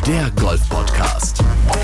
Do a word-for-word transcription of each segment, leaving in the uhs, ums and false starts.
Der Golf-Podcast.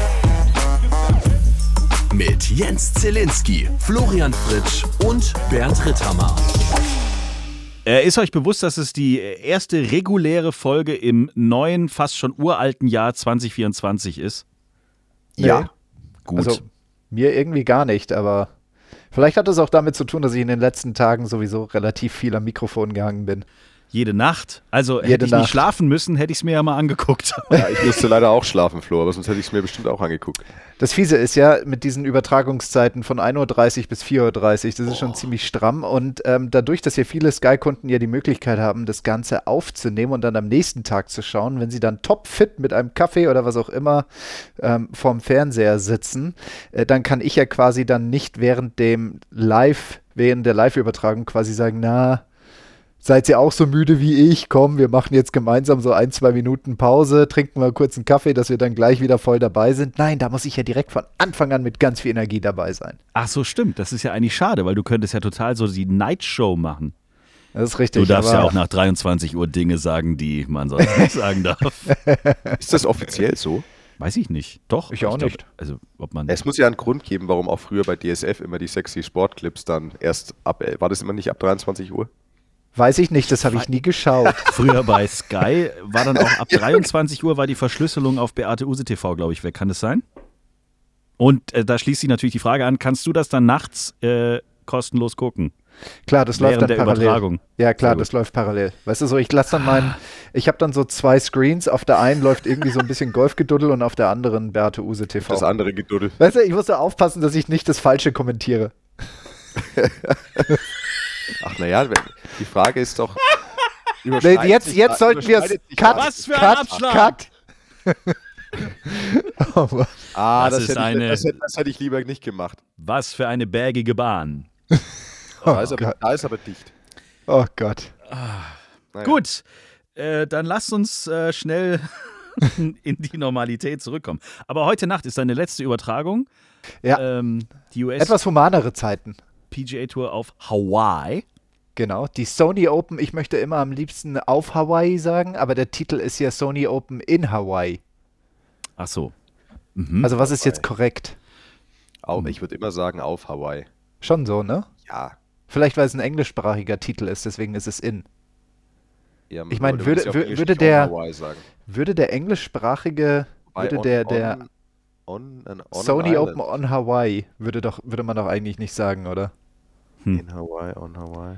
Mit Jens Zielinski, Florian Fritsch und Bernd Ritthammer. Äh, ist euch bewusst, dass es die erste reguläre Folge im neuen, fast schon uralten Jahr zwanzig vierundzwanzig ist? Ja. Nee. Gut. Also mir irgendwie gar nicht, aber vielleicht hat es auch damit zu tun, dass ich in den letzten Tagen sowieso relativ viel am Mikrofon gehangen bin. Jede Nacht. Also Jede hätte ich Nacht. nicht schlafen müssen, hätte ich es mir ja mal angeguckt. Ja, ich musste leider auch schlafen, Flo, aber sonst hätte ich es mir bestimmt auch angeguckt. Das Fiese ist ja, mit diesen Übertragungszeiten von ein Uhr dreißig bis vier Uhr dreißig, das ist Oh. schon ziemlich stramm. Und ähm, dadurch, dass ja viele Sky-Kunden ja die Möglichkeit haben, das Ganze aufzunehmen und dann am nächsten Tag zu schauen, wenn sie dann topfit mit einem Kaffee oder was auch immer ähm, vorm Fernseher sitzen, äh, dann kann ich ja quasi dann nicht während dem Live, während der Live-Übertragung quasi sagen, na, seid ihr auch so müde wie ich? Komm, wir machen jetzt gemeinsam so ein, zwei Minuten Pause, trinken mal kurz einen Kaffee, dass wir dann gleich wieder voll dabei sind. Nein, da muss ich ja direkt von Anfang an mit ganz viel Energie dabei sein. Ach so, stimmt. Das ist ja eigentlich schade, weil du könntest ja total so die Night-Show machen. Das ist richtig. Du darfst aber ja auch nach dreiundzwanzig Uhr Dinge sagen, die man sonst nicht sagen darf. Ist das offiziell so? Weiß ich nicht. Doch. Ich auch glaub, nicht. Also, ob man. Es muss ja einen Grund geben, warum auch früher bei D S F immer die sexy Sportclips dann erst ab, war das immer nicht ab dreiundzwanzig Uhr? Weiß ich nicht, das habe ich nie geschaut. Früher bei Sky war dann auch ab dreiundzwanzig Uhr war die Verschlüsselung auf Beate Use T V, glaube ich, weg. Kann das sein? Und äh, da schließt sich natürlich die Frage an, kannst du das dann nachts äh, kostenlos gucken? Klar, das läuft Während dann der parallel. Übertragung. Ja, klar, Sehr gut. das läuft parallel. Weißt du so, ich lasse dann meinen, ich habe dann so zwei Screens, auf der einen läuft irgendwie so ein bisschen Golfgeduddel und auf der anderen Beate Use T V. Das andere Geduddel. Weißt du, ich muss da aufpassen, dass ich nicht das Falsche kommentiere. Ach naja, die Frage ist doch. Nee, jetzt, jetzt sollten wir es. Cut, Was für ein cut, Abschlag! cut. Oh Mann. Ah, Das das, ist hätte eine- ich, das, hätte, das hätte ich lieber nicht gemacht. Was für eine bergige Bahn. Da, ist, aber, Gott. da ist aber dicht. Oh Gott. Naja. Gut, äh, dann lasst uns äh, schnell in die Normalität zurückkommen. Aber heute Nacht ist deine letzte Übertragung. Ja, Ähm, die U S etwas humanere Zeiten. P G A Tour auf Hawaii. Genau, die Sony Open, ich möchte immer am liebsten auf Hawaii sagen, aber der Titel ist ja Sony Open in Hawaii. Ach so. Mhm. Also was ist Hawaii. jetzt korrekt? Auf, ich würde immer sagen auf Hawaii. Schon so, ne? Ja. Vielleicht, weil es ein englischsprachiger Titel ist, deswegen ist es in. ja Ich meine, aber du würde- musst ja auf wür- Englisch würde nicht der- on Hawaii sagen. Würde der englischsprachige, Wobei würde on- der, der on, on, an, on Sony an Open on Hawaii, würde doch, würde man doch eigentlich nicht sagen, oder? In Hawaii, on Hawaii.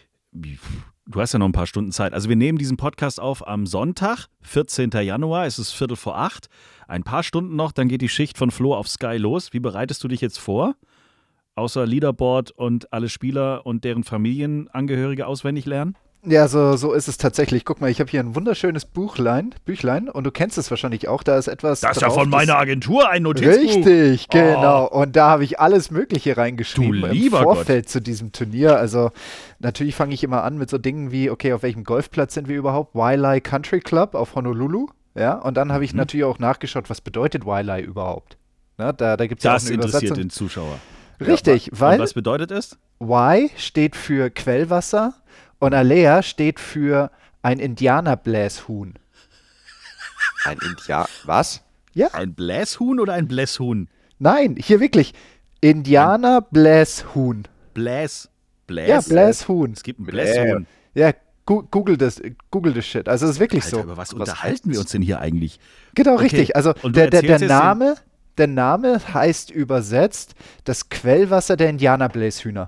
Du hast ja noch ein paar Stunden Zeit. Also wir nehmen diesen Podcast auf am Sonntag, vierzehnten Januar. Es ist Viertel vor acht. Ein paar Stunden noch, dann geht die Schicht von Flo auf Sky los. Wie bereitest du dich jetzt vor? Außer Leaderboard und alle Spieler und deren Familienangehörige auswendig lernen? Ja, so, so ist es tatsächlich. Guck mal, ich habe hier ein wunderschönes Buchlein, Büchlein und du kennst es wahrscheinlich auch, da ist etwas Das ist ja drauf, von meiner Agentur ein Notizbuch. Richtig, Oh. genau. Und da habe ich alles Mögliche reingeschrieben Du im lieber Vorfeld zu diesem Turnier. Also natürlich fange ich immer an mit so Dingen wie, okay, auf welchem Golfplatz sind wir überhaupt? Waialae Country Club auf Honolulu. Ja, und dann habe ich Mhm. natürlich auch nachgeschaut, was bedeutet Waialae überhaupt? Na, da da gibt es ja auch Das eine interessiert Übersetzung. den Zuschauer. Richtig, Und weil was bedeutet es? Y steht für Quellwasser und Alea steht für ein Indianerbläshuhn. Ein Indianer. Was? Ja, Ein Bläshuhn oder ein Bläshuhn? nein, hier wirklich. Indianerbläshuhn. Bläs. Bläs? Ja, Bläshuhn. Es gibt ein Blä. Bläshuhn. Ja, gu google das, google das Shit. Also es ist wirklich Alter, so. über was, Was unterhalten wir uns denn hier eigentlich? Genau, Okay. richtig. Also Und du der, der, der erzählst jetzt Name, der Name heißt übersetzt das Quellwasser der Indianerbläshühner.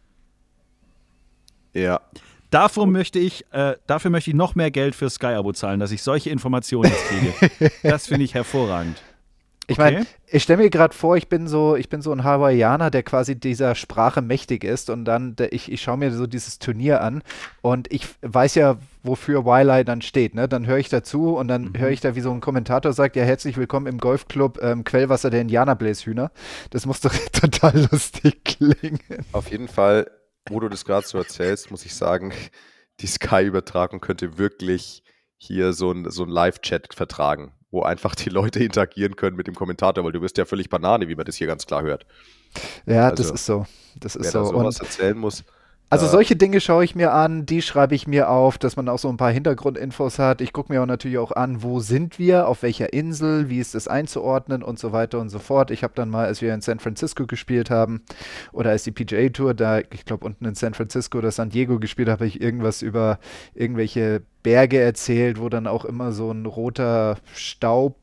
Ja. Davor möchte ich, äh, dafür möchte ich noch mehr Geld für Sky-Abo zahlen, dass ich solche Informationen jetzt kriege. Das finde ich hervorragend. Ich Okay. meine, ich stelle mir gerade vor, ich bin so, ich bin so ein Hawaiianer, der quasi dieser Sprache mächtig ist und dann, der, ich, ich schaue mir so dieses Turnier an und ich weiß ja, wofür Waialae dann steht, ne? Dann höre ich dazu und dann Mhm. höre ich da, wie so ein Kommentator sagt, ja, herzlich willkommen im Golfclub ähm, Quellwasser der Indianerbläshühner. Das muss doch total lustig klingen. Auf jeden Fall, wo du das gerade so erzählst, muss ich sagen, die Sky-Übertragung könnte wirklich hier so ein, so ein Live-Chat vertragen, wo einfach die Leute interagieren können mit dem Kommentator, weil du wirst ja völlig Banane, wie man das hier ganz klar hört. Ja, das Also, ist so. Das ist Wer so. da sowas Und erzählen muss. Also Äh, solche Dinge schaue ich mir an, die schreibe ich mir auf, dass man auch so ein paar Hintergrundinfos hat. Ich gucke mir auch natürlich auch an, wo sind wir, auf welcher Insel, wie ist das einzuordnen und so weiter und so fort. Ich habe dann mal, als wir in San Francisco gespielt haben oder als die P G A Tour da, ich glaube unten in San Francisco oder San Diego gespielt habe, habe ich irgendwas über irgendwelche Berge erzählt, wo dann auch immer so ein roter Staub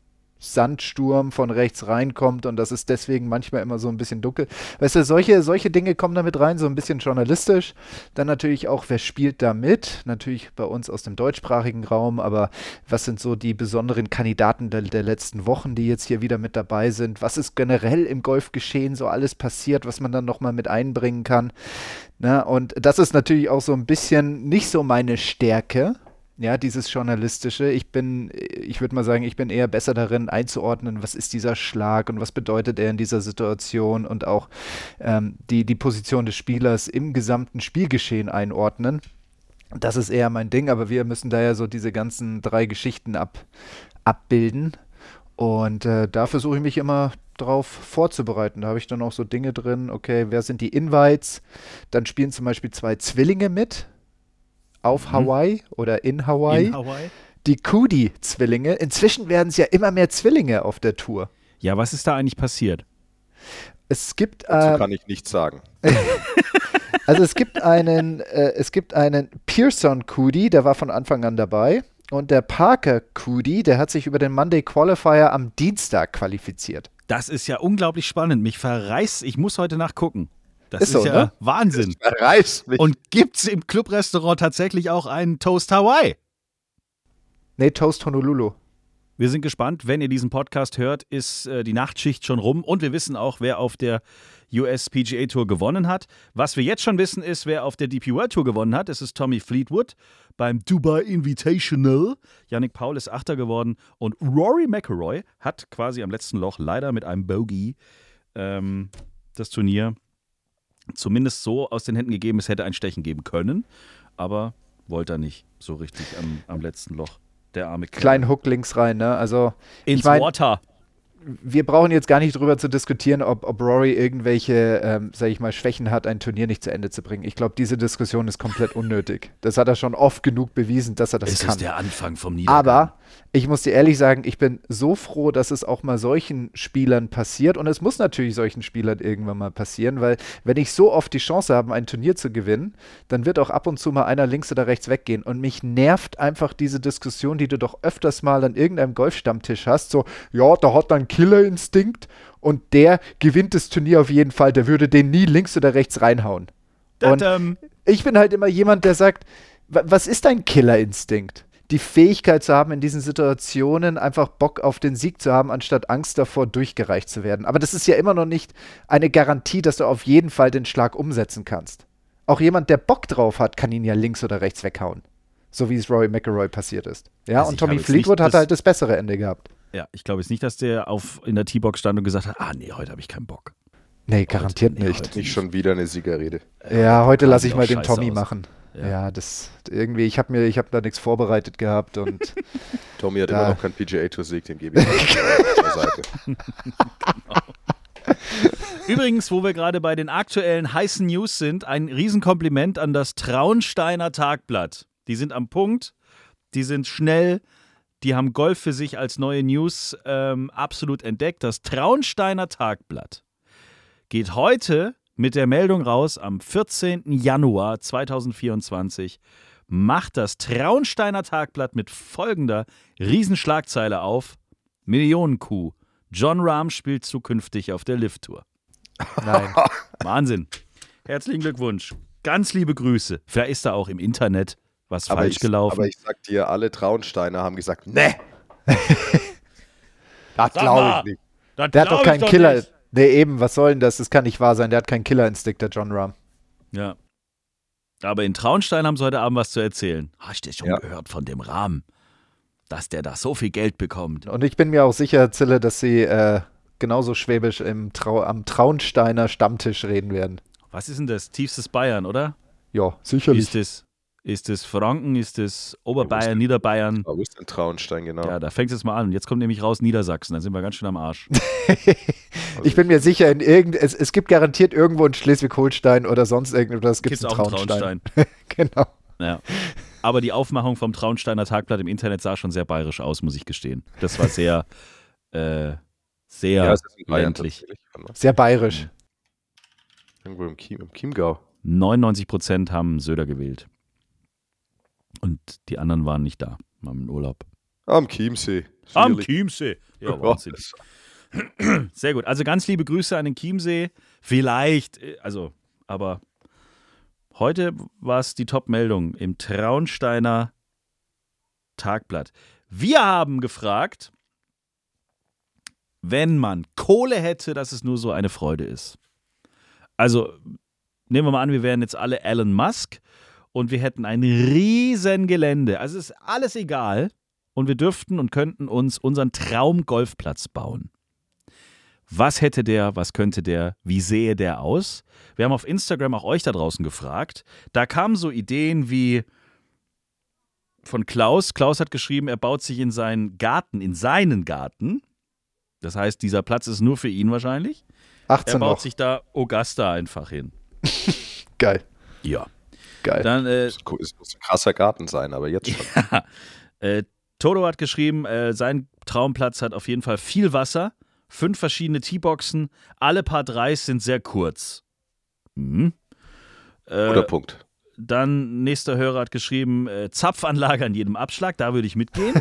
Sandsturm von rechts reinkommt und das ist deswegen manchmal immer so ein bisschen dunkel. Weißt du, solche, solche Dinge kommen da mit rein, so ein bisschen journalistisch. Dann natürlich auch, wer spielt da mit? Natürlich bei uns aus dem deutschsprachigen Raum, aber was sind so die besonderen Kandidaten der, der letzten Wochen, die jetzt hier wieder mit dabei sind? Was ist generell im Golfgeschehen so alles passiert, was man dann nochmal mit einbringen kann? Na, und das ist natürlich auch so ein bisschen nicht so meine Stärke. Ja, dieses Journalistische. Ich bin, ich würde mal sagen, ich bin eher besser darin einzuordnen, was ist dieser Schlag und was bedeutet er in dieser Situation und auch ähm, die, die Position des Spielers im gesamten Spielgeschehen einordnen. Das ist eher mein Ding, aber wir müssen da ja so diese ganzen drei Geschichten ab, abbilden. Und äh, da versuche ich mich immer drauf vorzubereiten. Da habe ich dann auch so Dinge drin, okay, wer sind die Invites? Dann spielen zum Beispiel zwei Zwillinge mit. Auf mhm. Hawaii oder in Hawaii. In Hawaii. Die Coody-Zwillinge. Inzwischen werden es ja immer mehr Zwillinge auf der Tour. Ja, was ist da eigentlich passiert? Es gibt. Dazu Äh, kann ich nichts sagen. also es gibt einen, äh, es gibt einen Pearson Coody, der war von Anfang an dabei. Und der Parker Coody, der hat sich über den Monday Qualifier am Dienstag qualifiziert. Das ist ja unglaublich spannend. Mich verreißt, ich muss heute nachgucken. Das Ist ist, so, ja ne? Wahnsinn. Das reißt mich. Und gibt's im Clubrestaurant tatsächlich auch einen Toast Hawaii? Nee, Toast Honolulu. Wir sind gespannt. Wenn ihr diesen Podcast hört, ist äh, die Nachtschicht schon rum. Und wir wissen auch, wer auf der U S P G A Tour gewonnen hat. Was wir jetzt schon wissen, ist, wer auf der D P World Tour gewonnen hat. Es ist Tommy Fleetwood beim Dubai Invitational. Yannick Paul ist Achter geworden. Und Rory McIlroy hat quasi am letzten Loch leider mit einem Bogey ähm, das Turnier zumindest so aus den Händen gegeben, es hätte ein Stechen geben können, aber wollte er nicht so richtig am, am letzten Loch. Der arme Kerl. Kleinen Hook links rein, ne? Also, Ins ich mein, Water. wir brauchen jetzt gar nicht drüber zu diskutieren, ob, ob Rory irgendwelche, ähm, sag ich mal, Schwächen hat, ein Turnier nicht zu Ende zu bringen. Ich glaube, diese Diskussion ist komplett unnötig. Das hat er schon oft genug bewiesen, dass er das Es kann. ist der Anfang vom Niedergang. Aber ich muss dir ehrlich sagen, ich bin so froh, dass es auch mal solchen Spielern passiert. Und es muss natürlich solchen Spielern irgendwann mal passieren, weil wenn ich so oft die Chance habe, ein Turnier zu gewinnen, dann wird auch ab und zu mal einer links oder rechts weggehen. Und mich nervt einfach diese Diskussion, die du doch öfters mal an irgendeinem Golfstammtisch hast. So, ja, da hat er einen Killerinstinkt und der gewinnt das Turnier auf jeden Fall. Der würde den nie links oder rechts reinhauen. Und ähm, ich bin halt immer jemand, der sagt, wa- was ist dein Killerinstinkt? Die Fähigkeit zu haben, in diesen Situationen einfach Bock auf den Sieg zu haben, anstatt Angst davor, durchgereicht zu werden. Aber das ist ja immer noch nicht eine Garantie, dass du auf jeden Fall den Schlag umsetzen kannst. Auch jemand, der Bock drauf hat, kann ihn ja links oder rechts weghauen. So wie es Rory McIlroy passiert ist. Ja, Also und ich Tommy habe jetzt Fleetwood nicht hat das- halt das bessere Ende gehabt. ja, ich glaube jetzt nicht, dass der auf, in der T-Box stand und gesagt hat, ah nee, heute habe ich keinen Bock. Nee, garantiert nee, nicht. heute Nicht schon wieder eine Siegerrede. Ja, heute lasse ich sieht mal auch den scheiße Tommy aus. machen. Ja. Ja, das irgendwie, ich habe mir, ich habe da nichts vorbereitet gehabt und Tommy hat Da- immer noch keinen P G A-Tour-Sieg, den gebe ich auf der Seite. Übrigens, wo wir gerade bei den aktuellen heißen News sind, ein Riesenkompliment an das Traunsteiner Tagblatt. Die sind am Punkt, die sind schnell, die haben Golf für sich als neue News ähm, absolut entdeckt. Das Traunsteiner Tagblatt geht heute mit der Meldung raus, am vierzehnten Januar zweitausendvierundzwanzig macht das Traunsteiner Tagblatt mit folgender Riesenschlagzeile auf: Millionenkuh. Jon Rahm spielt zukünftig auf der Live Tour. nein. Wahnsinn. Herzlichen Glückwunsch. Ganz liebe Grüße. Vielleicht ist da auch im Internet was Aber falsch ich, gelaufen. aber ich sag dir, alle Traunsteiner haben gesagt, ne. Das Sag glaube mal. ich nicht. Das Der hat glaub doch ich keinen Killer. nicht. Nee, eben, was soll denn das? Das kann nicht wahr sein. Der hat keinen Killerinstinkt, der Jon Rahm. Ja. Aber in Traunstein haben sie heute Abend was zu erzählen. Hast du schon Ja. gehört von dem Rahmen, dass der da so viel Geld bekommt? Und ich bin mir auch sicher, Zille, dass sie äh, genauso schwäbisch im Trau am Traunsteiner Stammtisch reden werden. Was ist denn das? Tiefstes Bayern, oder? Ja, Wie sicherlich. ist das? Ist es Franken? Ist es Oberbayern, Ja, wo ist Niederbayern? Wo ist denn Traunstein, genau? Ja, da fängt es mal an. Jetzt kommt nämlich raus Niedersachsen. Dann sind wir ganz schön am Arsch. Ich bin mir sicher, in irgend, es, es gibt garantiert irgendwo in Schleswig-Holstein oder sonst irgendwas gibt es einen auch einen Traunstein. Traunstein. Genau. Ja. Aber die Aufmachung vom Traunsteiner Tagblatt im Internet sah schon sehr bayerisch aus, muss ich gestehen. Das war sehr, äh, sehr Ja, es ist in Bayern ländlich. tatsächlich. Warte mal. Sehr bayerisch. Irgendwo im, Chiem, im Chiemgau. neunundneunzig Prozent haben Söder gewählt. Und die anderen waren nicht da, waren im Urlaub. Am Chiemsee. Am Sicherlich. Chiemsee. Ja, Ja, Wahnsinn. Sehr gut. Also ganz liebe Grüße an den Chiemsee. Vielleicht, äh, also, aber heute war es die Top-Meldung im Traunsteiner Tagblatt. Wir haben gefragt, wenn man Kohle hätte, dass es nur so eine Freude ist. Also, nehmen wir mal an, wir wären jetzt alle Elon Musk und wir hätten ein riesen Gelände. Also ist alles egal und wir dürften und könnten uns unseren Traum-Golfplatz bauen. Was hätte der, was könnte der, wie sähe der aus? Wir haben auf Instagram auch euch da draußen gefragt. Da kamen so Ideen wie von Klaus. Klaus hat geschrieben, er baut sich in seinen Garten, in seinen Garten. Das heißt, dieser Platz ist nur für ihn wahrscheinlich. achtzehn Er baut noch. sich da Augusta einfach hin. Geil. Ja. Geil. Dann, äh, Es muss ein krasser Garten sein, aber jetzt schon. äh, Toto hat geschrieben, äh, sein Traumplatz hat auf jeden Fall viel Wasser, fünf verschiedene Teeboxen, alle Paar Dreis sind sehr kurz. Mhm. Äh, Guter Punkt. Dann nächster Hörer hat geschrieben, äh, Zapfanlage an jedem Abschlag, da würde ich mitgehen.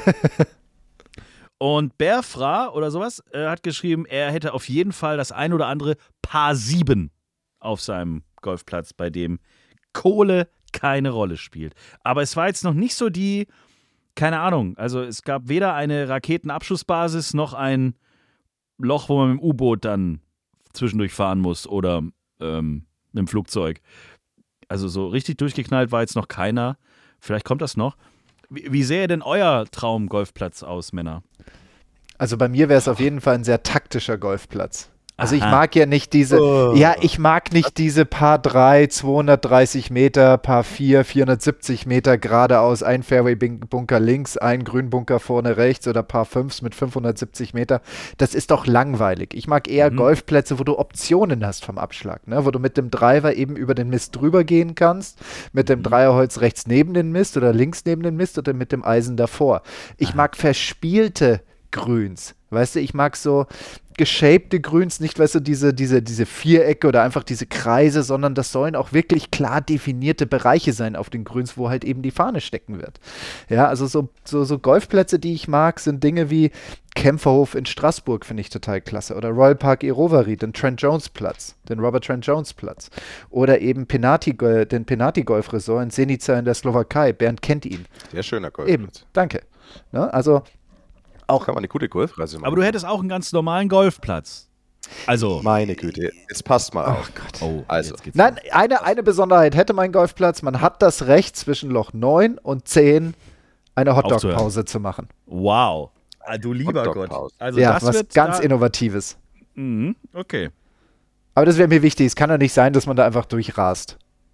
Und Berfra oder sowas äh, hat geschrieben, er hätte auf jeden Fall das ein oder andere Paar sieben auf seinem Golfplatz, bei dem Kohle keine Rolle spielt. Aber es war jetzt noch nicht so die, keine Ahnung, also es gab weder eine Raketenabschussbasis noch ein Loch, wo man mit dem U-Boot dann zwischendurch fahren muss oder ähm, mit dem Flugzeug. Also so richtig durchgeknallt war jetzt noch keiner. Vielleicht kommt das noch. Wie, wie sähe denn euer Traum-Golfplatz aus, Männer? Also bei mir wäre es auf jeden Fall ein sehr taktischer Golfplatz. Also ich Aha. mag ja nicht diese, Oh. ja, ich mag nicht diese Paar drei, zweihundertdreißig Meter, Paar vier, vierhundertsiebzig Meter geradeaus, ein Fairway-Bunker links, ein Grünbunker vorne rechts oder Paar fünfs mit fünfhundertsiebzig Meter. Das ist doch langweilig. Ich mag eher Mhm. Golfplätze, wo du Optionen hast vom Abschlag, ne? Wo du mit dem Driver eben über den Mist drüber gehen kannst, mit dem Dreierholz rechts neben den Mist oder links neben den Mist oder mit dem Eisen davor. Ich mag verspielte Grüns. Weißt du, ich mag so geshapte Grüns, nicht, weißt du, diese, diese, diese Vierecke oder einfach diese Kreise, sondern das sollen auch wirklich klar definierte Bereiche sein auf den Grüns, wo halt eben die Fahne stecken wird. Ja, also so, so, so Golfplätze, die ich mag, sind Dinge wie Kämpferhof in Straßburg, finde ich total klasse. Oder Royal Park Irovari, den Trent Jones Platz, den Robert Trent Jones Platz. Oder eben Penati, den Penati Golf Resort in Senica in der Slowakei. Bernd kennt ihn. Sehr schöner Eben, Golfplatz. danke. Ne, also Auch kann man eine gute Golfreise machen. Aber du hättest auch einen ganz normalen Golfplatz. Also, Meine Güte, jetzt passt mal auf. oh, Also. jetzt geht's Nein, los. eine, eine Besonderheit hätte mein Golfplatz. Man hat das Recht, zwischen Loch neun und zehn eine Hotdog-Pause zu machen. Wow. Ah, du lieber Gott. Hotdog-Pause. Also Ja, das was wird ganz da, Innovatives. Mhm, okay. Aber das wäre mir wichtig. Es kann doch nicht sein, dass man da einfach durchrast.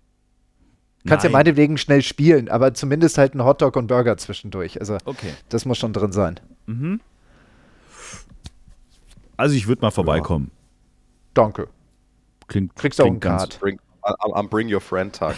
Kannst ja Nein. meinetwegen schnell spielen, aber zumindest halt ein Hotdog und Burger zwischendurch. Also Okay. das muss schon drin sein. Mhm. Also ich würde mal vorbeikommen. Danke. Klingt, Kriegst auch einen klingt ganz- Card. Bring, am, am Bring Your Friend Tag.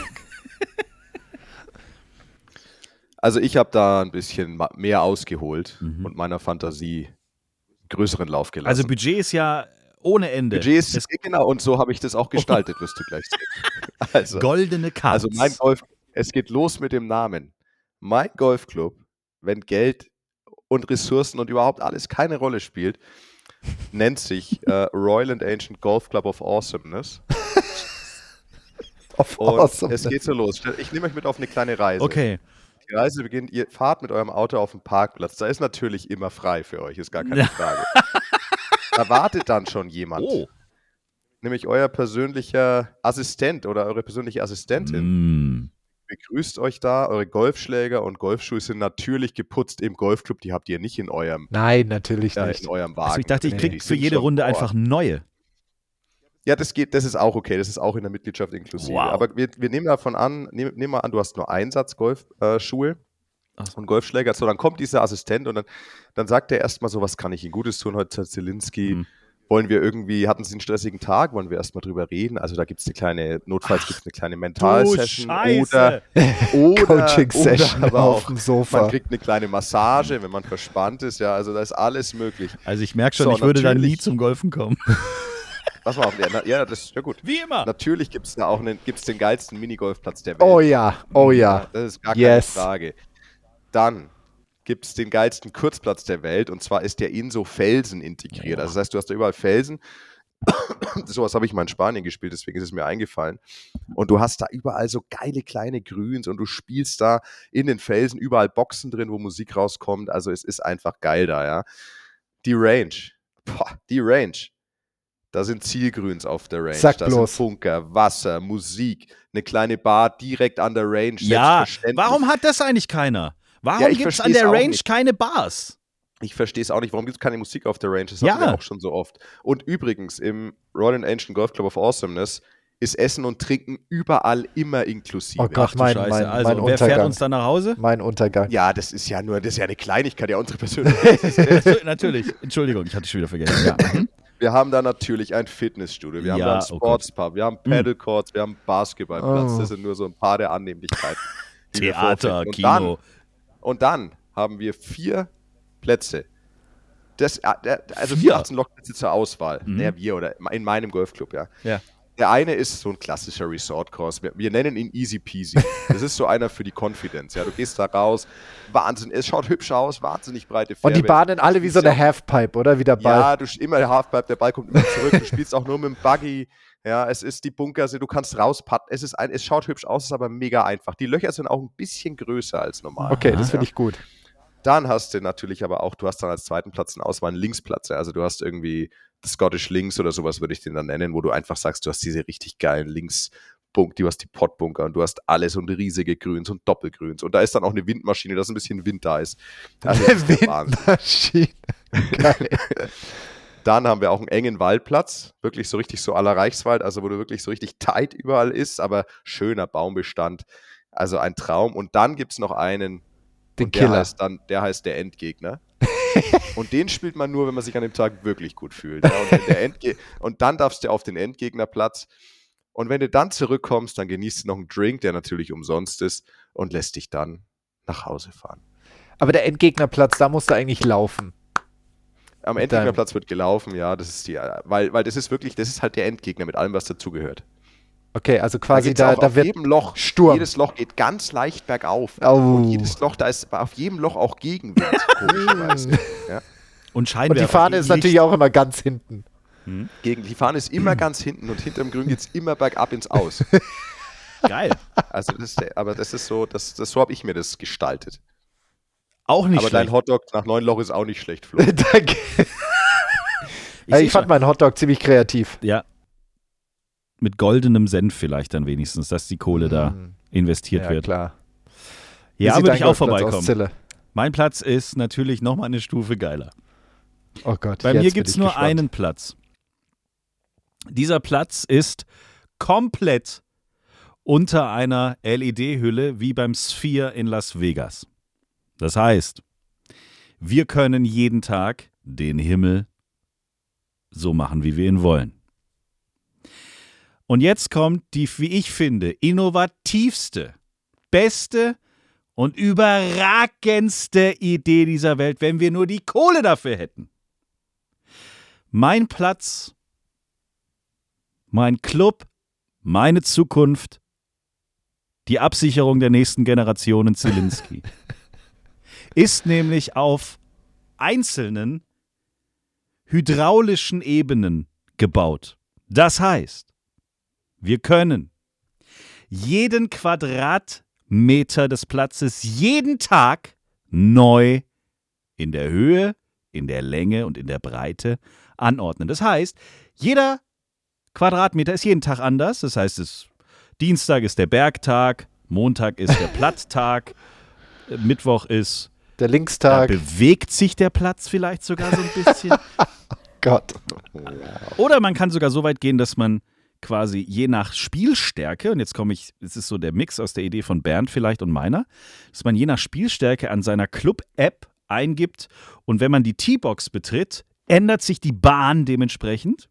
Also ich habe da ein bisschen ma- mehr ausgeholt Mhm. und meiner Fantasie größeren Lauf gelassen. Also Budget ist ja ohne Ende. Budget ist, Es genau, und so habe ich das auch gestaltet, wirst du gleich sehen. Also, goldene Cards. also mein Golf, es geht los mit dem Namen. Mein Golfclub, wenn Geld und Ressourcen und überhaupt alles keine Rolle spielt, nennt sich äh, Royal and Ancient Golf Club of Awesomeness. Of Und awesome. es geht so los. Ich nehme euch mit auf eine kleine Reise. Okay. Die Reise beginnt, ihr fahrt mit eurem Auto auf den Parkplatz. Da ist natürlich immer frei für euch, ist gar keine Ja. Frage. Da wartet dann schon jemand. Oh. Nämlich euer persönlicher Assistent oder eure persönliche Assistentin. Mm. Begrüßt euch da. Eure Golfschläger und Golfschuhe sind natürlich geputzt im Golfclub. Die habt ihr nicht in eurem, Nein, natürlich äh, nicht. in eurem Wagen. Also ich dachte, ich Nee, krieg die für sind jede schon Runde vor Ort. einfach neue. Ja, das geht, das ist auch okay, das ist auch in der Mitgliedschaft inklusive. Wow. Aber wir, wir nehmen davon an, nehmen nehm mal an, du hast nur einen Satz Golfschuhe äh, und Golfschläger. So, dann kommt dieser Assistent und dann, dann sagt er erstmal so, was kann ich Ihnen Gutes tun heute, Herr Zielinski? Mhm. Wollen wir irgendwie, hatten Sie einen stressigen Tag, wollen wir erstmal drüber reden? Also da gibt es eine kleine, notfalls gibt es eine kleine Mentalsession oder, oder, Coaching-Session oder aber auf auch, dem Sofa. man kriegt eine kleine Massage, wenn man verspannt ist, ja, also da ist alles möglich. Also ich merke schon, So, ich würde dann nie natürlich- zum Golfen kommen. Pass mal auf, ja, na, ja, das ist ja gut. Wie immer. Natürlich gibt es da auch einen, gibt's den geilsten Minigolfplatz der Welt. Oh ja, oh ja. Das ist gar Yes. keine Frage. Dann gibt es den geilsten Kurzplatz der Welt und zwar ist der in so Felsen integriert. Also das heißt, du hast da überall Felsen. Sowas habe ich mal in Spanien gespielt, deswegen ist es mir eingefallen. Und du hast da überall so geile kleine Grüns und du spielst da in den Felsen überall Boxen drin, wo Musik rauskommt. Also es ist einfach geil da, ja. Die Range. Boah, die Range. Da sind Zielgrüns auf der Range. Sag da bloß. sind Funker, Wasser, Musik, eine kleine Bar direkt an der Range. Ja, Selbstverständlich. warum hat das eigentlich keiner? Warum Ja, ich gibt es an versteh's der auch Range nicht. keine Bars? Ich verstehe es auch nicht. Warum gibt es keine Musik auf der Range? Das Ja. hatten wir auch schon so oft. Und übrigens, im Royal and Ancient Golf Club of Awesomeness ist Essen und Trinken überall immer inklusive. Oh Gott, Ach du mein, Scheiße. mein, also, mein wer fährt Untergang. uns dann nach Hause? Mein Untergang. Ja, das ist ja nur, das ist ja eine Kleinigkeit, ja, unsere Persönlichkeit. Natürlich. Entschuldigung, ich hatte schon wieder vergessen. Ja. Mhm. Wir haben da natürlich ein Fitnessstudio, wir haben Ja, da einen oh Sportspub, wir haben Paddlecourts, wir haben einen Basketballplatz. Oh. Das sind nur so ein paar der Annehmlichkeiten. die wir Theater, vorfinden. Und Kino. Dann, und dann haben wir vier Plätze. Das, äh, der- also Vier? vierundachtzig Lochplätze zur Auswahl. Mhm. Ja, wir oder in meinem Golfclub, ja. Ja. Der eine ist so ein klassischer Resort-Course. Wir, wir nennen ihn Easy Peasy. Das ist so einer für die Confidence. Ja, du gehst da raus, Wahnsinn, es schaut hübsch aus, wahnsinnig breite Und die Fairways. bahnen alle wie so eine Halfpipe, oder? Wie der Ball. Ja, du sch- immer Halfpipe, der Ball kommt immer zurück. Du spielst auch nur mit dem Buggy. Ja, es ist die Bunker, du kannst rauspatten. Es ist ein, es schaut hübsch aus, ist aber mega einfach. Die Löcher sind auch ein bisschen größer als normal. Okay, das Aha. finde ich gut. Dann hast du natürlich aber auch, du hast dann als zweiten Platz eine Auswahl einen Linksplatz. Ja. Also du hast irgendwie das Scottish Links oder sowas würde ich den dann nennen, wo du einfach sagst, du hast diese richtig geilen Linkspunkte, du hast die Pottbunker und du hast alles und riesige Grüns und Doppelgrüns. Und da ist dann auch eine Windmaschine, dass ein bisschen Wind da ist. Also das ist der Wahnsinn. Windmaschine. Geil. Dann haben wir auch einen engen Waldplatz, wirklich so richtig so à la Reichswald, also wo du wirklich so richtig tight überall ist, aber schöner Baumbestand. Also ein Traum. Und dann gibt es noch einen, Den und der Killer. heißt dann, der heißt der Endgegner. Und den spielt man nur, wenn man sich an dem Tag wirklich gut fühlt. Ja, und, wenn der Endge- und dann darfst du auf den Endgegnerplatz. Und wenn du dann zurückkommst, dann genießt du noch einen Drink, der natürlich umsonst ist, und lässt dich dann nach Hause fahren. Aber der Endgegnerplatz, da musst du eigentlich laufen. Am Mit Endgegnerplatz wird gelaufen, ja, das ist die, weil, weil das ist wirklich, das ist halt der Endgegner mit allem, was dazugehört. Okay, also quasi gibt's da, auch da auf wird jedem Loch, Sturm. jedes Loch geht ganz leicht bergauf. Oh. Und jedes Loch, da ist auf jedem Loch auch Gegenwind, komischerweise. Ja. Und Und Scheinwerfer. die Fahne gegen ist natürlich Licht. auch immer ganz hinten. Gegen, die Fahne ist immer ganz hinten und hinterm Grün geht es immer bergab ins Aus. Geil. Also das ist der, aber das ist so, das, das, so habe ich mir das gestaltet. Auch nicht aber schlecht. dein Hotdog nach neun Loch ist auch nicht schlecht, Flo. Danke. Ich Ich, seh ich fand schon. meinen Hotdog ziemlich kreativ. Ja. Mit goldenem Senf vielleicht dann wenigstens, dass die Kohle da Mm. investiert Ja, wird. klar. Wie Ja, sieht würde dein ich auch Golfplatz aus, vorbeikommen. Zille? Mein Platz ist natürlich nochmal eine Stufe geiler. Oh Gott. Bei jetzt mir bin gibt es ich nur gespannt. einen Platz. Dieser Platz ist komplett unter einer L E D-Hülle wie beim Sphere in Las Vegas. Das heißt, wir können jeden Tag den Himmel so machen, wie wir ihn wollen. Und jetzt kommt die, wie ich finde, innovativste, beste und überragendste Idee dieser Welt, wenn wir nur die Kohle dafür hätten. Mein Platz, mein Club, meine Zukunft, die Absicherung der nächsten Generationen Zielinski, ist nämlich auf einzelnen hydraulischen Ebenen gebaut. Das heißt, wir können jeden Quadratmeter des Platzes jeden Tag neu in der Höhe, in der Länge und in der Breite anordnen. Das heißt, jeder Quadratmeter ist jeden Tag anders. Das heißt, es, Dienstag ist der Bergtag, Montag ist der Platttag, Mittwoch ist, Der da Linkstag. bewegt sich der Platz vielleicht sogar so ein bisschen. Gott. Oder man kann sogar so weit gehen, dass man quasi je nach Spielstärke, und jetzt komme ich, es ist so der Mix aus der Idee von Bernd vielleicht und meiner, dass man je nach Spielstärke an seiner Club-App eingibt und wenn man die T-Box betritt, ändert sich die Bahn dementsprechend.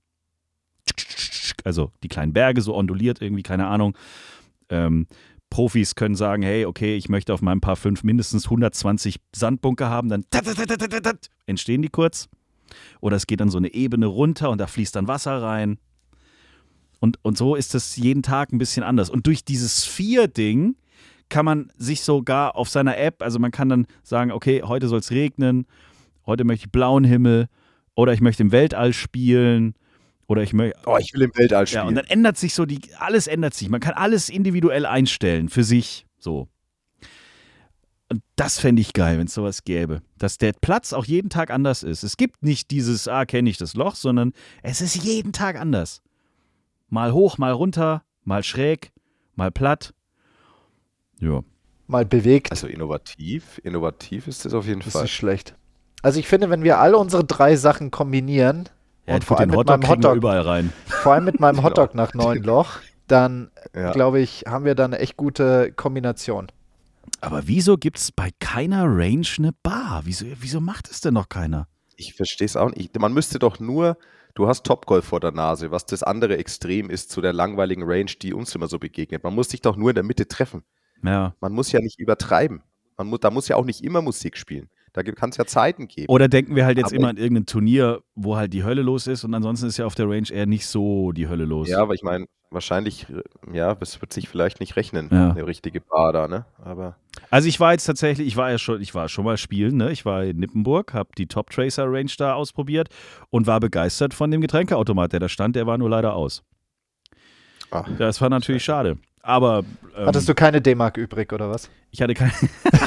Also die kleinen Berge, so onduliert irgendwie, keine Ahnung. Ähm, Profis können sagen, hey, okay, ich möchte auf meinem Par fünf mindestens hundertzwanzig Sandbunker haben, dann entstehen die kurz. Oder es geht dann so eine Ebene runter und da fließt dann Wasser rein. Und, und so ist es jeden Tag ein bisschen anders. Und durch dieses Sphere-Ding kann man sich sogar auf seiner App, also man kann dann sagen, okay, heute soll es regnen, heute möchte ich blauen Himmel oder ich möchte im Weltall spielen. Oder ich möchte. Oh, ich will im Weltall spielen. Ja, und dann ändert sich so die, alles ändert sich. Man kann alles individuell einstellen für sich. So. Und das fände ich geil, wenn es sowas gäbe. Dass der Platz auch jeden Tag anders ist. Es gibt nicht dieses, ah, kenne ich das Loch, sondern es ist jeden Tag anders. Mal hoch, mal runter, mal schräg, mal platt. Ja. Mal bewegt. Also innovativ, innovativ ist das auf jeden Das Fall. ist schlecht. Also ich finde, wenn wir alle unsere drei Sachen kombinieren, Ja, und vor allem, den mit Hotdog meinem kriegen wir Hotdog, überall rein. vor allem mit meinem Hotdog nach neun Loch, dann Ja. glaube ich, haben wir da eine echt gute Kombination. Aber wieso gibt es bei keiner Range eine Bar? Wieso, wieso macht es denn noch keiner? Ich verstehe es auch nicht. Man müsste doch nur, du hast Topgolf vor der Nase, was das andere Extrem ist zu der langweiligen Range, die uns immer so begegnet. Man muss sich doch nur in der Mitte treffen. Ja. Man muss ja nicht übertreiben. Man muss, da muss ja auch nicht immer Musik spielen. Da kann es ja Zeiten geben. Oder denken wir halt jetzt Aber- immer an irgendein Turnier, wo halt die Hölle los ist und ansonsten ist ja auf der Range eher nicht so die Hölle los. Ja, aber ich meine, wahrscheinlich, äh, ja, es wird sich vielleicht nicht rechnen, Ja. eine richtige Bar da, ne? Aber Also ich war jetzt tatsächlich, ich war ja schon, ich war schon mal spielen, ne? Ich war in Nippenburg, habe die Top Tracer Range da ausprobiert und war begeistert von dem Getränkeautomat, der da stand, der war nur leider aus. ach, Das war natürlich schade. Aber ähm, Hattest du keine D-Mark übrig, oder was? ich hatte keine.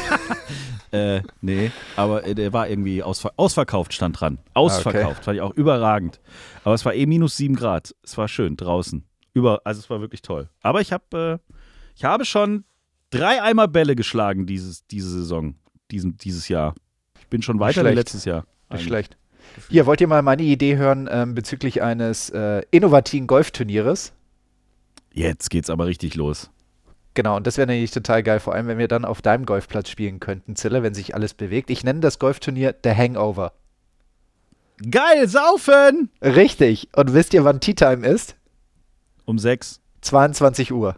äh, nee, aber äh, der war irgendwie ausver ausverkauft, stand dran. Ausverkauft, fand ich auch überragend. Aber es war eh minus sieben Grad. Es war schön draußen. Über, also es war wirklich toll. Aber ich habe äh, ich habe schon drei Eimer Bälle geschlagen dieses, diese Saison, diesen, dieses Jahr. Ich bin schon weiter wie schlecht. letztes Jahr. Nicht eigentlich. schlecht. Hier, wollt ihr mal meine Idee hören ähm, bezüglich eines äh, innovativen Golfturnieres? Jetzt geht's aber richtig los. Genau, und das wäre nämlich total geil, vor allem wenn wir dann auf deinem Golfplatz spielen könnten, Zille, wenn sich alles bewegt. Ich nenne das Golfturnier The Hangover. Geil, saufen! Richtig. Und wisst ihr, wann Tea Time ist? Um sechs. zweiundzwanzig Uhr.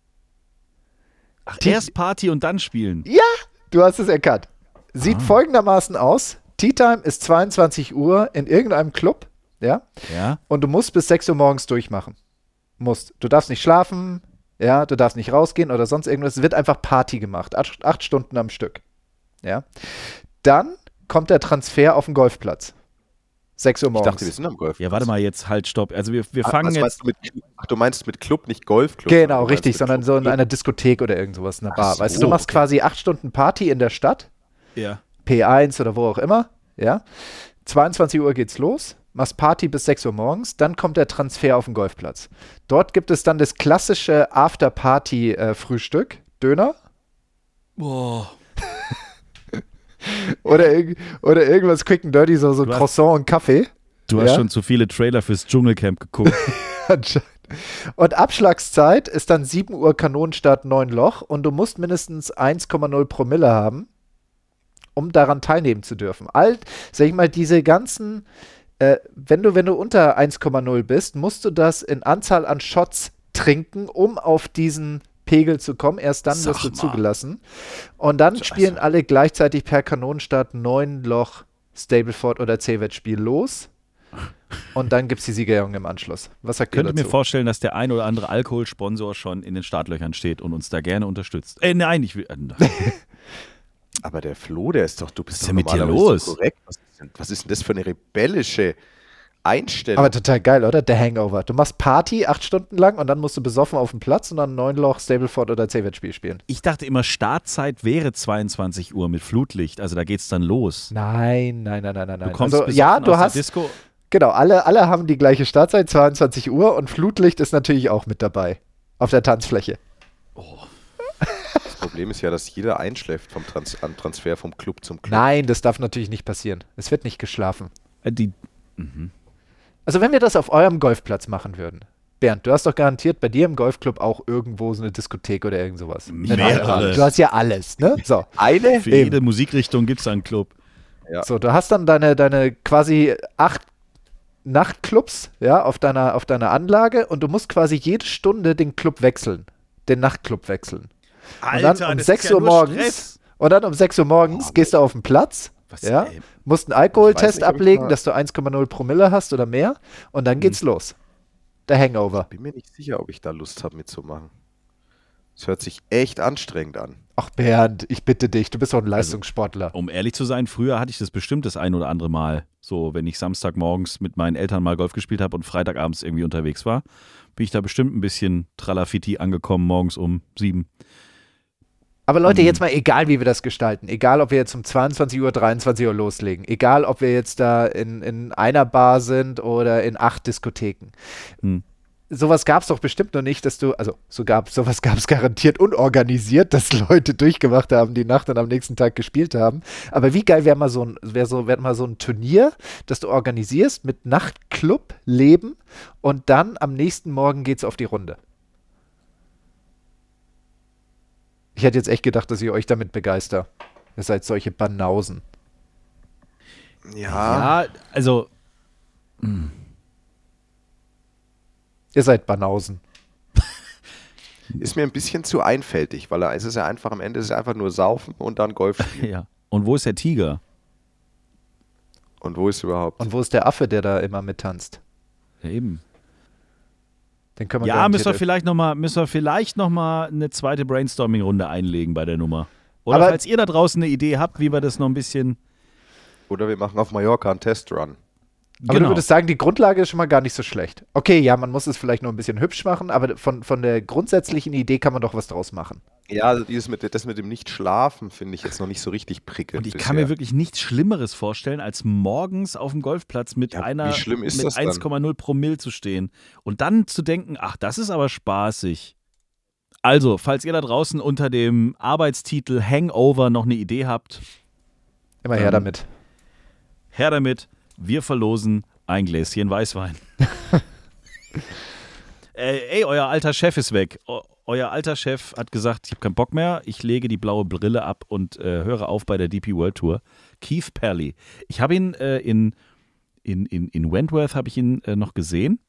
Ach, Die- erst Party und dann spielen. Du hast es erkannt. Sieht Ah. folgendermaßen aus. Tea Time ist zweiundzwanzig Uhr in irgendeinem Club, ja? Ja. Und du musst bis sechs Uhr morgens durchmachen. Musst. Du darfst nicht schlafen, ja, du darfst nicht rausgehen oder sonst irgendwas. Es wird einfach Party gemacht. Acht, acht Stunden am Stück. Ja. Dann kommt der Transfer auf den Golfplatz. sechs Uhr ich morgens. dachte, wir sind am Golf. Ja, warte mal, jetzt halt, stopp. Also wir, wir Ah, fangen was jetzt. meinst du mit, ach, du meinst mit Club, nicht Golfclub? Genau, Du meinst richtig, mit sondern Club. so in einer Diskothek oder irgend sowas, in einer Ach Bar. so, Weißt du, du machst okay. quasi acht Stunden Party in der Stadt, Ja. P eins oder wo auch immer, ja. zweiundzwanzig Uhr geht's los, machst Party bis sechs Uhr morgens, dann kommt der Transfer auf den Golfplatz. Dort gibt es dann das klassische After-Party-Frühstück, Döner Boah. oder, irg oder irgendwas Quick and Dirty, so, so Du hast- Croissant und Kaffee. Du hast Ja? schon zu viele Trailer fürs Dschungelcamp geguckt. Anscheinend. Und Abschlagszeit ist dann sieben Uhr Kanonenstart, neun Loch und du musst mindestens eins Komma null Promille haben, um daran teilnehmen zu dürfen. All, sag ich mal, diese ganzen, äh, wenn du, wenn du unter eins Komma null bist, musst du das in Anzahl an Shots trinken, um auf diesen Pegel zu kommen. Erst dann Sag wirst du mal. zugelassen. Und dann Scheiße. spielen alle gleichzeitig per Kanonenstart neun Loch Stableford oder C-Wet-Spiel los. Und dann gibt es die Siegerehrung im Anschluss. Was sagt Ich könnte ihr mir dazu? vorstellen, dass der ein oder andere Alkoholsponsor schon in den Startlöchern steht und uns da gerne unterstützt. Äh, nein, ich will. Äh, Aber der Flo, der ist doch, du bist Was ist doch denn mit dir normalerweise los? so korrekt. Was ist, denn, was ist denn das für eine rebellische Einstellung? Aber total geil, oder? Der Hangover. Du machst Party acht Stunden lang und dann musst du besoffen auf dem Platz und dann neun Loch Stableford oder C-Wet-Spiel spielen. ich dachte immer, Startzeit wäre zweiundzwanzig Uhr mit Flutlicht. Also da geht's dann los. Nein, nein, nein, nein, nein. Du nein. kommst also, besoffen ja, du aus hast, der Disco. genau, alle, alle haben die gleiche Startzeit, zweiundzwanzig Uhr und Flutlicht ist natürlich auch mit dabei. Auf der Tanzfläche. Das Problem ist ja, dass jeder einschläft vom Trans am Transfer vom Club zum Club. Nein, das darf natürlich nicht passieren. Es wird nicht geschlafen. Äh, die, mhm. Also wenn wir das auf eurem Golfplatz machen würden. Bernd, du hast doch garantiert bei dir im Golfclub auch irgendwo so eine Diskothek oder irgend sowas. Mehrere. Du hast ja alles, ne? So. Eine? Für jede Musikrichtung gibt es einen Club. Ja. So, du hast dann deine, deine quasi acht Nachtclubs, ja, auf deiner, auf deiner Anlage und du musst quasi jede Stunde den Club wechseln. Den Nachtclub wechseln. Alter, und dann um das sechs ist ja Uhr nur morgens Stress. und dann um sechs Uhr morgens Oh, gehst du auf den Platz, Was, ja, ey? musst einen Ich weiß Alkoholtest nicht, ob ich ablegen, mal- dass du eins Komma null Promille hast oder mehr und dann geht's los. Der Hangover. Bin mir nicht sicher, ob ich da Lust habe mitzumachen. Es hört sich echt anstrengend an. Ach Bernd, ich bitte dich, du bist doch ein Leistungssportler. Um ehrlich zu sein, früher hatte ich das bestimmt das ein oder andere Mal. So, wenn ich Samstagmorgens mit meinen Eltern mal Golf gespielt habe und Freitagabends irgendwie unterwegs war, bin ich da bestimmt ein bisschen Tralafiti angekommen, morgens um sieben. Aber Leute, Mhm. jetzt mal egal, wie wir das gestalten, egal, ob wir jetzt um zweiundzwanzig Uhr, dreiundzwanzig Uhr loslegen, egal, ob wir jetzt da in, in einer Bar sind oder in acht Diskotheken. Hm. Sowas gab es doch bestimmt noch nicht, dass du, also so gab, sowas gab es garantiert unorganisiert, dass Leute durchgemacht haben, die Nacht und am nächsten Tag gespielt haben. Aber wie geil wäre mal so ein, wäre so, wär mal so ein Turnier, das du organisierst mit Nachtclub, Leben und dann am nächsten Morgen geht's auf die Runde. Ich hätte jetzt echt gedacht, dass ihr euch damit begeistert. Ihr seid solche Banausen. Ja, Ja, also Ihr seid Banausen. ist mir ein bisschen zu einfältig, weil es ist ja einfach am Ende ist es einfach nur saufen und dann Golf spielen. ja. Und wo ist der Tiger? Und wo ist überhaupt? Und wo ist der Affe, der da immer mittanzt? Ja, eben. Den können wir Ja, garantiert- müssen wir vielleicht nochmal müssen wir vielleicht noch mal eine zweite Brainstorming-Runde einlegen bei der Nummer. Oder Aber- falls ihr da draußen eine Idee habt, wie wir das noch ein bisschen. Oder wir machen auf Mallorca einen Testrun. Aber du würdest sagen, die Grundlage ist schon mal gar nicht so schlecht. Okay, ja, man muss es vielleicht nur ein bisschen hübsch machen, aber von, von der grundsätzlichen Idee kann man doch was draus machen. Ja, also dieses mit, das mit dem Nicht-Schlafen finde ich jetzt noch nicht so richtig prickelnd. Und ich bisher. kann mir wirklich nichts Schlimmeres vorstellen, als morgens auf dem Golfplatz mit Ja, einer wie schlimm ist mit das dann? eins Komma null Promille zu stehen und dann zu denken, ach, das ist aber spaßig. Also, falls ihr da draußen unter dem Arbeitstitel Hangover noch eine Idee habt, Immer her Ähm, damit. her damit, wir verlosen ein Gläschen Weißwein. äh, ey, euer alter Chef ist weg. O euer alter Chef hat gesagt, ich habe keinen Bock mehr, ich lege die blaue Brille ab und äh, höre auf bei der D P World Tour. Keith Perley. Ich habe ihn äh, in, in, in, in Wentworth habe ich ihn äh, noch gesehen.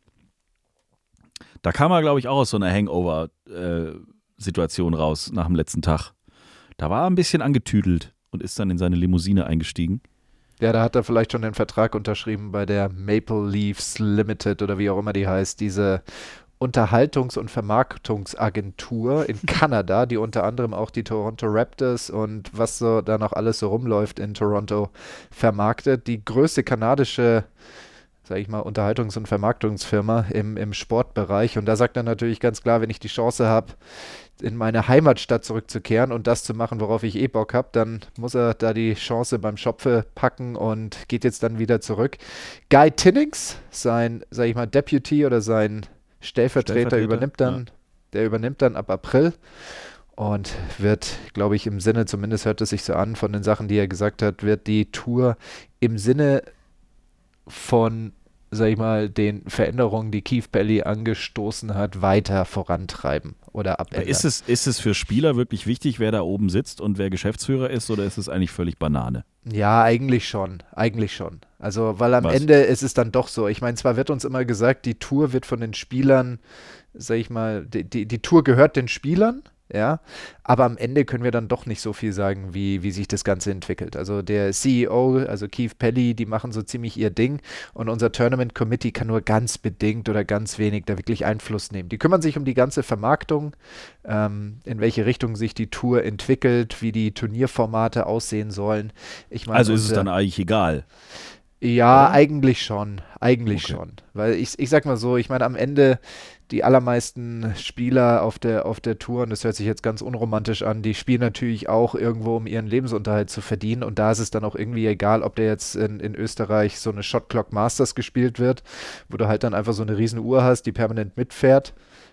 Da kam er, glaube ich, auch aus so einer Hangover-Situation raus nach dem letzten Tag. Da war er ein bisschen angetüdelt und ist dann in seine Limousine eingestiegen. Ja, da hat er vielleicht schon den Vertrag unterschrieben bei der Maple Leafs Limited oder wie auch immer die heißt, diese Unterhaltungs- und Vermarktungsagentur in Kanada, die unter anderem auch die Toronto Raptors und was so da noch alles so rumläuft in Toronto vermarktet. Die größte kanadische, sag ich mal, Unterhaltungs- und Vermarktungsfirma im, im Sportbereich. Und da sagt er natürlich ganz klar, wenn ich die Chance habe, in meine Heimatstadt zurückzukehren und das zu machen, worauf ich eh Bock habe, dann muss er da die Chance beim Schopfe packen und geht jetzt dann wieder zurück. Guy Tinnings, sein, sag ich mal, Deputy oder sein Stellvertreter, Stellvertreter, übernimmt dann, der übernimmt dann ab April und wird, glaube ich, im Sinne, zumindest hört es sich so an, von den Sachen, die er gesagt hat, wird die Tour im Sinne von, sag ich mal, den Veränderungen, die Keith Perley angestoßen hat, weiter vorantreiben oder abändern. Ist es, ist es für Spieler wirklich wichtig, wer da oben sitzt und wer Geschäftsführer ist, oder ist es eigentlich völlig Banane? Ja, eigentlich schon. Eigentlich schon. Also, weil am Was? Ende ist es dann doch so. Ich meine, zwar wird uns immer gesagt, die Tour wird von den Spielern, sag ich mal, die, die, die Tour gehört den Spielern, ja, aber am Ende können wir dann doch nicht so viel sagen, wie, wie sich das Ganze entwickelt. Also der C E O, also Keith Perley, die machen so ziemlich ihr Ding und unser Tournament Committee kann nur ganz bedingt oder ganz wenig da wirklich Einfluss nehmen. Die kümmern sich um die ganze Vermarktung, ähm, in welche Richtung sich die Tour entwickelt, wie die Turnierformate aussehen sollen. Ich meine, Also ist es unser- dann eigentlich egal. ja, Oder? eigentlich schon. Eigentlich Okay. schon. Weil ich, ich sag mal so, ich meine, am Ende die allermeisten Spieler auf der, auf der Tour, und das hört sich jetzt ganz unromantisch an, die spielen natürlich auch irgendwo, um ihren Lebensunterhalt zu verdienen. Und da ist es dann auch irgendwie egal, ob der jetzt in, in Österreich so eine Shot Clock Masters gespielt wird, wo du halt dann einfach so eine riesen Uhr hast, die permanent mitfährt.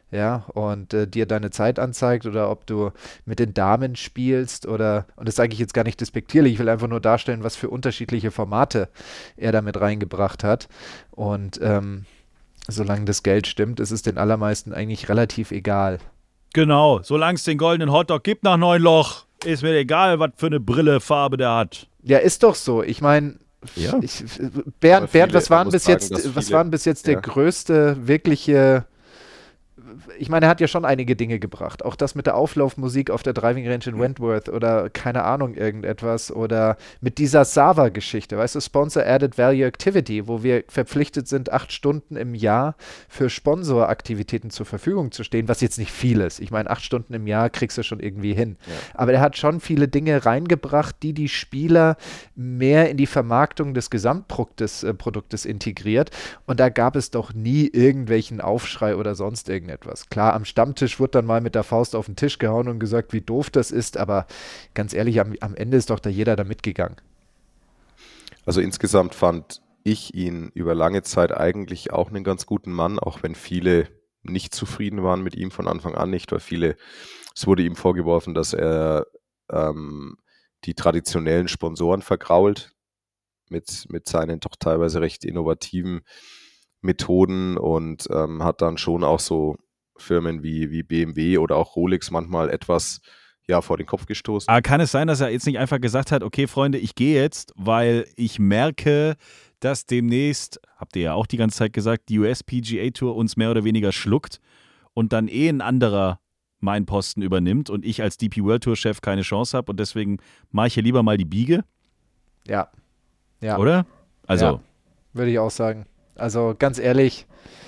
ja, und äh, dir deine Zeit anzeigt oder ob du mit den Damen spielst oder, und das sage ich jetzt gar nicht despektierlich, ich will einfach nur darstellen, was für unterschiedliche Formate er damit reingebracht hat. Und ähm, solange das Geld stimmt, ist es den allermeisten eigentlich relativ egal. Genau, solange es den goldenen Hotdog gibt nach Neunloch, ist mir egal, was für eine Brillefarbe der hat. Ja, ist doch so. Ich meine, Ja. ich, Bernd, viele- Bernd, was man waren muss bis sagen, jetzt, dass was viele- waren bis jetzt der ja. größte wirkliche, ich meine, er hat ja schon einige Dinge gebracht. Auch das mit der Auflaufmusik auf der Driving Range in Wentworth oder keine Ahnung, irgendetwas. Oder mit dieser Sava-Geschichte, weißt du, Sponsor Added Value Activity, wo wir verpflichtet sind, acht Stunden im Jahr für Sponsoraktivitäten zur Verfügung zu stehen, was jetzt nicht viel ist. Ich meine, acht Stunden im Jahr kriegst du schon irgendwie hin. Ja. Aber er hat schon viele Dinge reingebracht, die die Spieler mehr in die Vermarktung des Gesamtproduktes äh, Produktes integriert. Und da gab es doch nie irgendwelchen Aufschrei oder sonst irgendetwas. Klar, am Stammtisch wird dann mal mit der Faust auf den Tisch gehauen und gesagt, wie doof das ist, aber ganz ehrlich, am, am Ende ist doch da jeder da mitgegangen. Also insgesamt fand ich ihn über lange Zeit eigentlich auch einen ganz guten Mann, auch wenn viele nicht zufrieden waren mit ihm von Anfang an nicht, weil viele, es wurde ihm vorgeworfen, dass er ähm, die traditionellen Sponsoren vergrault mit, mit seinen doch teilweise recht innovativen Methoden und ähm, hat dann schon auch so Firmen wie, wie B M W oder auch Rolex manchmal etwas ja, vor den Kopf gestoßen. Aber kann es sein, dass er jetzt nicht einfach gesagt hat, okay, Freunde, ich gehe jetzt, weil ich merke, dass demnächst, habt ihr ja auch die ganze Zeit gesagt, die U S P G A Tour uns mehr oder weniger schluckt und dann eh ein anderer meinen Posten übernimmt und ich als D P World Tour Chef keine Chance habe und deswegen mache ich hier lieber mal die Biege, Ja. Ja. oder? Also, Ja. Würde ich auch sagen. Also ganz ehrlich,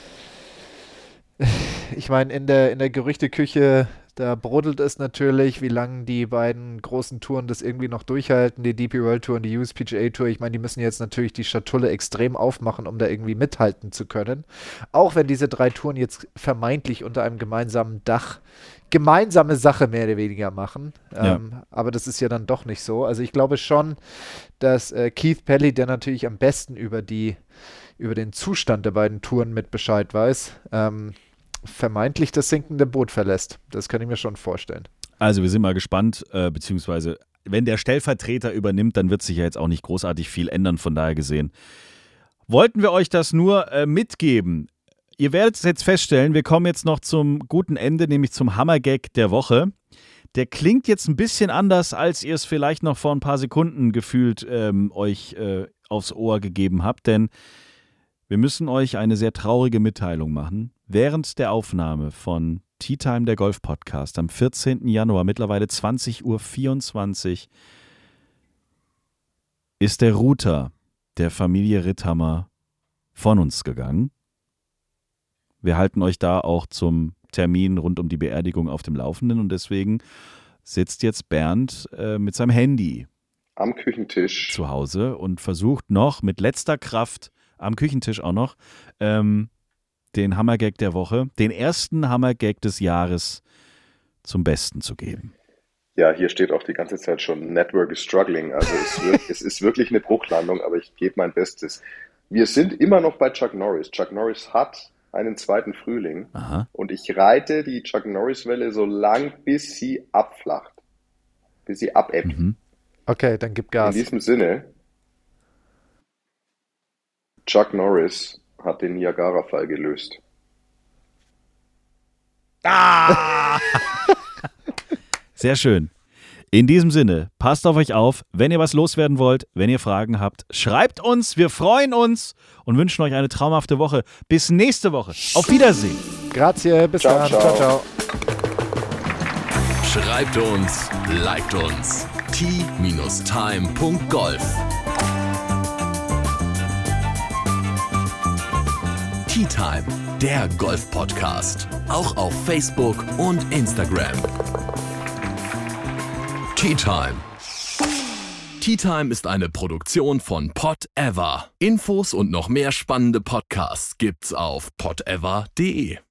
ich meine, in der, in der Gerüchteküche, da brodelt es natürlich, wie lange die beiden großen Touren das irgendwie noch durchhalten, die D P World Tour und die U S P G A Tour. Ich meine, die müssen jetzt natürlich die Schatulle extrem aufmachen, um da irgendwie mithalten zu können. Auch wenn diese drei Touren jetzt vermeintlich unter einem gemeinsamen Dach gemeinsame Sache mehr oder weniger machen. Ja. Ähm, aber das ist ja dann doch nicht so. Also ich glaube schon, dass äh, Keith Pelly, der natürlich am besten über die über den Zustand der beiden Touren mit Bescheid weiß, ähm, vermeintlich das sinkende Boot verlässt. Das kann ich mir schon vorstellen. also wir sind mal gespannt, äh, beziehungsweise wenn der Stellvertreter übernimmt, dann wird sich ja jetzt auch nicht großartig viel ändern, von daher gesehen. Wollten wir euch das nur äh, mitgeben. Ihr werdet es jetzt feststellen, wir kommen jetzt noch zum guten Ende, nämlich zum Hammergag der Woche. Der klingt jetzt ein bisschen anders, als ihr es vielleicht noch vor ein paar Sekunden gefühlt ähm, euch äh, aufs Ohr gegeben habt, denn wir müssen euch eine sehr traurige Mitteilung machen. Während der Aufnahme von Tea Time, der Golf-Podcast, am vierzehnten Januar, mittlerweile zwanzig Uhr vierundzwanzig, ist der Router der Familie Ritthammer von uns gegangen. Wir halten euch da auch zum Termin rund um die Beerdigung auf dem Laufenden und deswegen sitzt jetzt Bernd äh, mit seinem Handy Am Küchentisch. zu Hause und versucht noch mit letzter Kraft am Küchentisch auch noch ähm, den Hammergag der Woche, den ersten Hammergag des Jahres zum Besten zu geben. Ja, hier steht auch die ganze Zeit schon Network is struggling. Also es, wird, es ist wirklich eine Bruchlandung, aber ich gebe mein Bestes. Wir sind immer noch bei Chuck Norris. Chuck Norris hat einen zweiten Frühling Aha. und ich reite die Chuck Norris-Welle so lang, bis sie abflacht, bis sie abebbt. Mhm. Okay, dann gib In Gas. diesem Sinne, Chuck Norris hat den Niagara-Fall gelöst. Sehr schön. In diesem Sinne, passt auf euch auf. Wenn ihr was loswerden wollt, wenn ihr Fragen habt, schreibt uns. Wir freuen uns und wünschen euch eine traumhafte Woche. Bis nächste Woche. Auf Wiedersehen. Grazie, bis Ciao, dann. ciao. Ciao, ciao. Schreibt uns, liked uns. T-Time Punkt Golf. Tea Time, der Golf-Podcast. Auch auf Facebook und Instagram. Tea Time. Tea Time ist eine Produktion von Pod Ever. Infos und noch mehr spannende Podcasts gibt's auf pod ever punkt de.